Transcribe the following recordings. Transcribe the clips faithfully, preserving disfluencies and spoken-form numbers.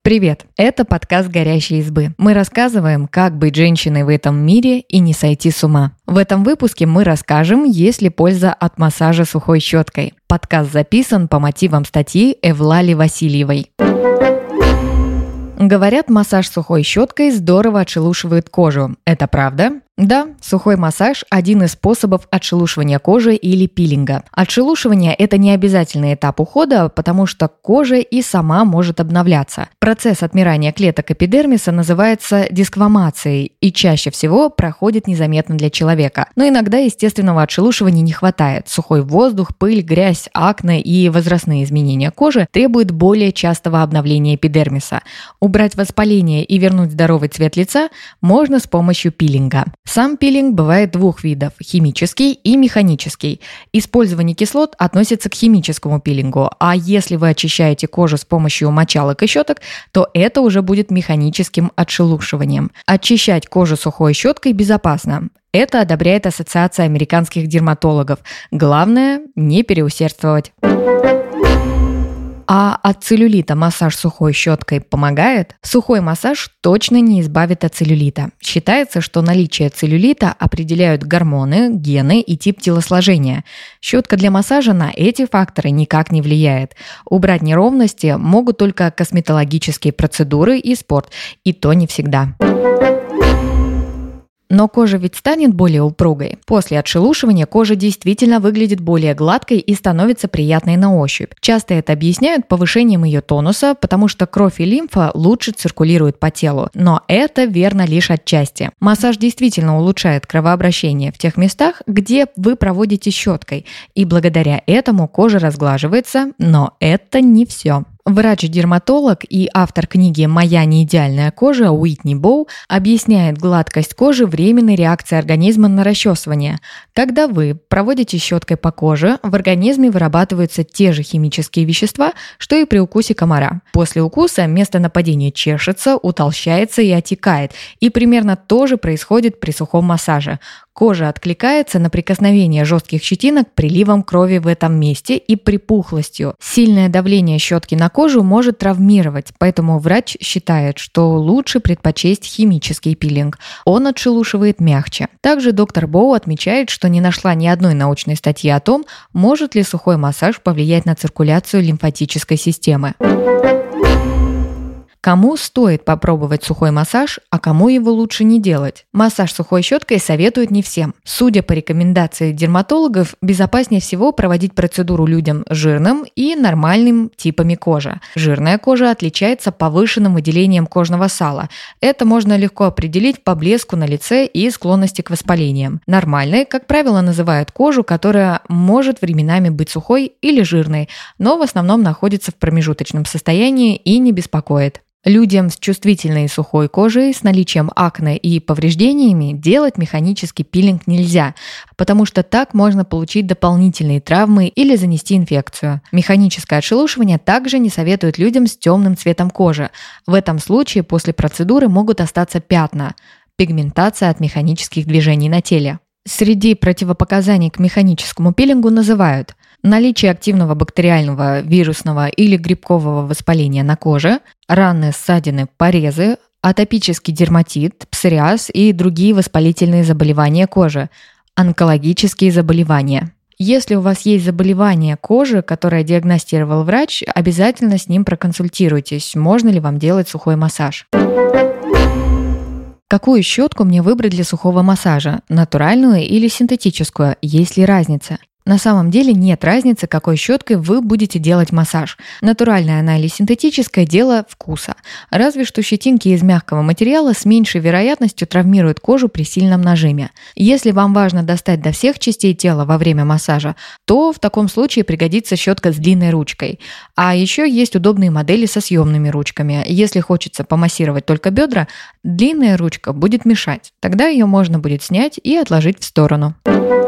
Привет! Это подкаст «Горящие избы». Мы рассказываем, как быть женщиной в этом мире и не сойти с ума. В этом выпуске мы расскажем, есть ли польза от массажа сухой щеткой. Подкаст записан по мотивам статьи Эвлали Васильевой. Говорят, массаж сухой щеткой здорово отшелушивает кожу. Это правда? Да, сухой массаж – один из способов отшелушивания кожи или пилинга. Отшелушивание – это не обязательный этап ухода, потому что кожа и сама может обновляться. Процесс отмирания клеток эпидермиса называется десквамацией и чаще всего проходит незаметно для человека. Но иногда естественного отшелушивания не хватает. Сухой воздух, пыль, грязь, акне и возрастные изменения кожи требуют более частого обновления эпидермиса. Убрать воспаление и вернуть здоровый цвет лица можно с помощью пилинга. Сам пилинг бывает двух видов – химический и механический. Использование кислот относится к химическому пилингу, а если вы очищаете кожу с помощью мочалок и щеток, то это уже будет механическим отшелушиванием. Очищать кожу сухой щеткой безопасно. Это одобряет Ассоциация американских дерматологов. Главное – не переусердствовать. А от целлюлита массаж сухой щеткой помогает? Сухой массаж точно не избавит от целлюлита. Считается, что наличие целлюлита определяют гормоны, гены и тип телосложения. Щетка для массажа на эти факторы никак не влияет. Убрать неровности могут только косметологические процедуры и спорт, и то не всегда. Но кожа ведь станет более упругой. После отшелушивания кожа действительно выглядит более гладкой и становится приятной на ощупь. Часто это объясняют повышением ее тонуса, потому что кровь и лимфа лучше циркулируют по телу. Но это верно лишь отчасти. Массаж действительно улучшает кровообращение в тех местах, где вы проводите щеткой. И благодаря этому кожа разглаживается, но это не все. Врач-дерматолог и автор книги «Моя неидеальная кожа» Уитни Боу объясняет гладкость кожи временной реакцией организма на расчесывание. Когда вы проводите щеткой по коже, в организме вырабатываются те же химические вещества, что и при укусе комара. После укуса место нападения чешется, утолщается и отекает, и примерно то же происходит при сухом массаже. Кожа откликается на прикосновение жестких щетинок приливом крови в этом месте и припухлостью. Сильное давление щетки на кожу может травмировать, поэтому врач считает, что лучше предпочесть химический пилинг. Он отшелушивает мягче. Также доктор Боу отмечает, что не нашла ни одной научной статьи о том, может ли сухой массаж повлиять на циркуляцию лимфатической системы. Кому стоит попробовать сухой массаж, а кому его лучше не делать? Массаж сухой щеткой советуют не всем. Судя по рекомендации дерматологов, безопаснее всего проводить процедуру людям с жирным и нормальным типами кожи. Жирная кожа отличается повышенным выделением кожного сала. Это можно легко определить по блеску на лице и склонности к воспалениям. Нормальной, как правило, называют кожу, которая может временами быть сухой или жирной, но в основном находится в промежуточном состоянии и не беспокоит. Людям с чувствительной и сухой кожей, с наличием акне и повреждениями делать механический пилинг нельзя, потому что так можно получить дополнительные травмы или занести инфекцию. Механическое отшелушивание также не советуют людям с темным цветом кожи. В этом случае после процедуры могут остаться пятна, пигментация от механических движений на теле. Среди противопоказаний к механическому пилингу называют наличие активного бактериального, вирусного или грибкового воспаления на коже, раны, ссадины, порезы, атопический дерматит, псориаз и другие воспалительные заболевания кожи, онкологические заболевания. Если у вас есть заболевание кожи, которое диагностировал врач, обязательно с ним проконсультируйтесь, можно ли вам делать сухой массаж. Какую щетку мне выбрать для сухого массажа? Натуральную или синтетическую? Есть ли разница? На самом деле нет разницы, какой щеткой вы будете делать массаж. Натуральная она или синтетическая – дело вкуса. Разве что щетинки из мягкого материала с меньшей вероятностью травмируют кожу при сильном нажиме. Если вам важно достать до всех частей тела во время массажа, то в таком случае пригодится щетка с длинной ручкой. А еще есть удобные модели со съемными ручками. Если хочется помассировать только бедра, длинная ручка будет мешать. Тогда ее можно будет снять и отложить в сторону.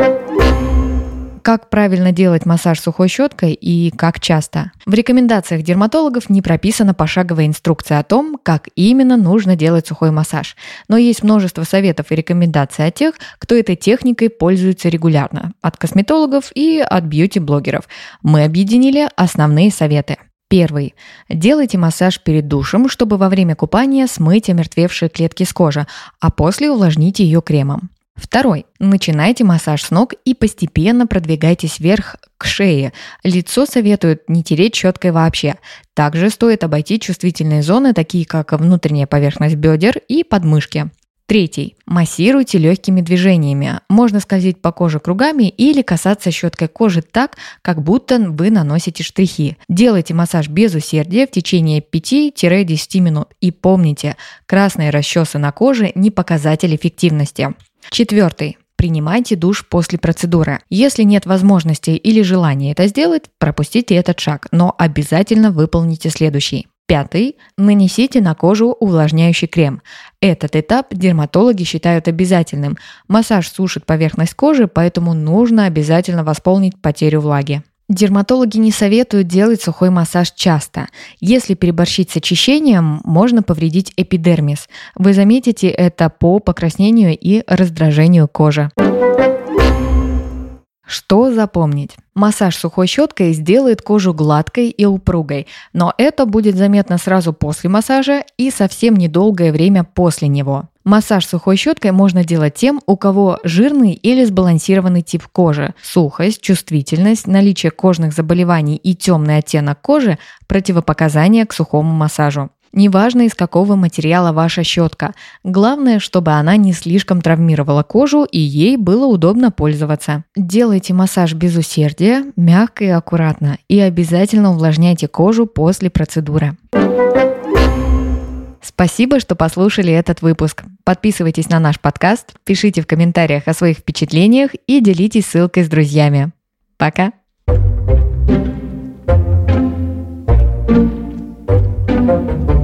Как правильно делать массаж сухой щеткой и как часто? В рекомендациях дерматологов не прописана пошаговая инструкция о том, как именно нужно делать сухой массаж. Но есть множество советов и рекомендаций от тех, кто этой техникой пользуется регулярно. От косметологов и от бьюти-блогеров. Мы объединили основные советы. Первый. Делайте массаж перед душем, чтобы во время купания смыть омертвевшие клетки с кожи, а после увлажните ее кремом. Второй. Начинайте массаж с ног и постепенно продвигайтесь вверх к шее. Лицо советуют не тереть щеткой вообще. Также стоит обойти чувствительные зоны, такие как внутренняя поверхность бедер и подмышки. Третий. Массируйте легкими движениями. Можно скользить по коже кругами или касаться щеткой кожи так, как будто вы наносите штрихи. Делайте массаж без усердия в течение пяти-десяти минут. И помните, красные расчесы на коже не показатель эффективности. Четвертый. Принимайте душ после процедуры. Если нет возможности или желания это сделать, пропустите этот шаг, но обязательно выполните следующий. Пятый. Нанесите на кожу увлажняющий крем. Этот этап дерматологи считают обязательным. Массаж сушит поверхность кожи, поэтому нужно обязательно восполнить потерю влаги. Дерматологи не советуют делать сухой массаж часто. Если переборщить с очищением, можно повредить эпидермис. Вы заметите это по покраснению и раздражению кожи. Что запомнить? Массаж сухой щеткой сделает кожу гладкой и упругой, но это будет заметно сразу после массажа и совсем недолгое время после него. Массаж сухой щеткой можно делать тем, у кого жирный или сбалансированный тип кожи. Сухость, чувствительность, наличие кожных заболеваний и темный оттенок кожи – противопоказания к сухому массажу. Неважно, из какого материала ваша щетка. Главное, чтобы она не слишком травмировала кожу и ей было удобно пользоваться. Делайте массаж без усердия, мягко и аккуратно. И обязательно увлажняйте кожу после процедуры. Спасибо, что послушали этот выпуск. Подписывайтесь на наш подкаст, пишите в комментариях о своих впечатлениях и делитесь ссылкой с друзьями. Пока! Thank you.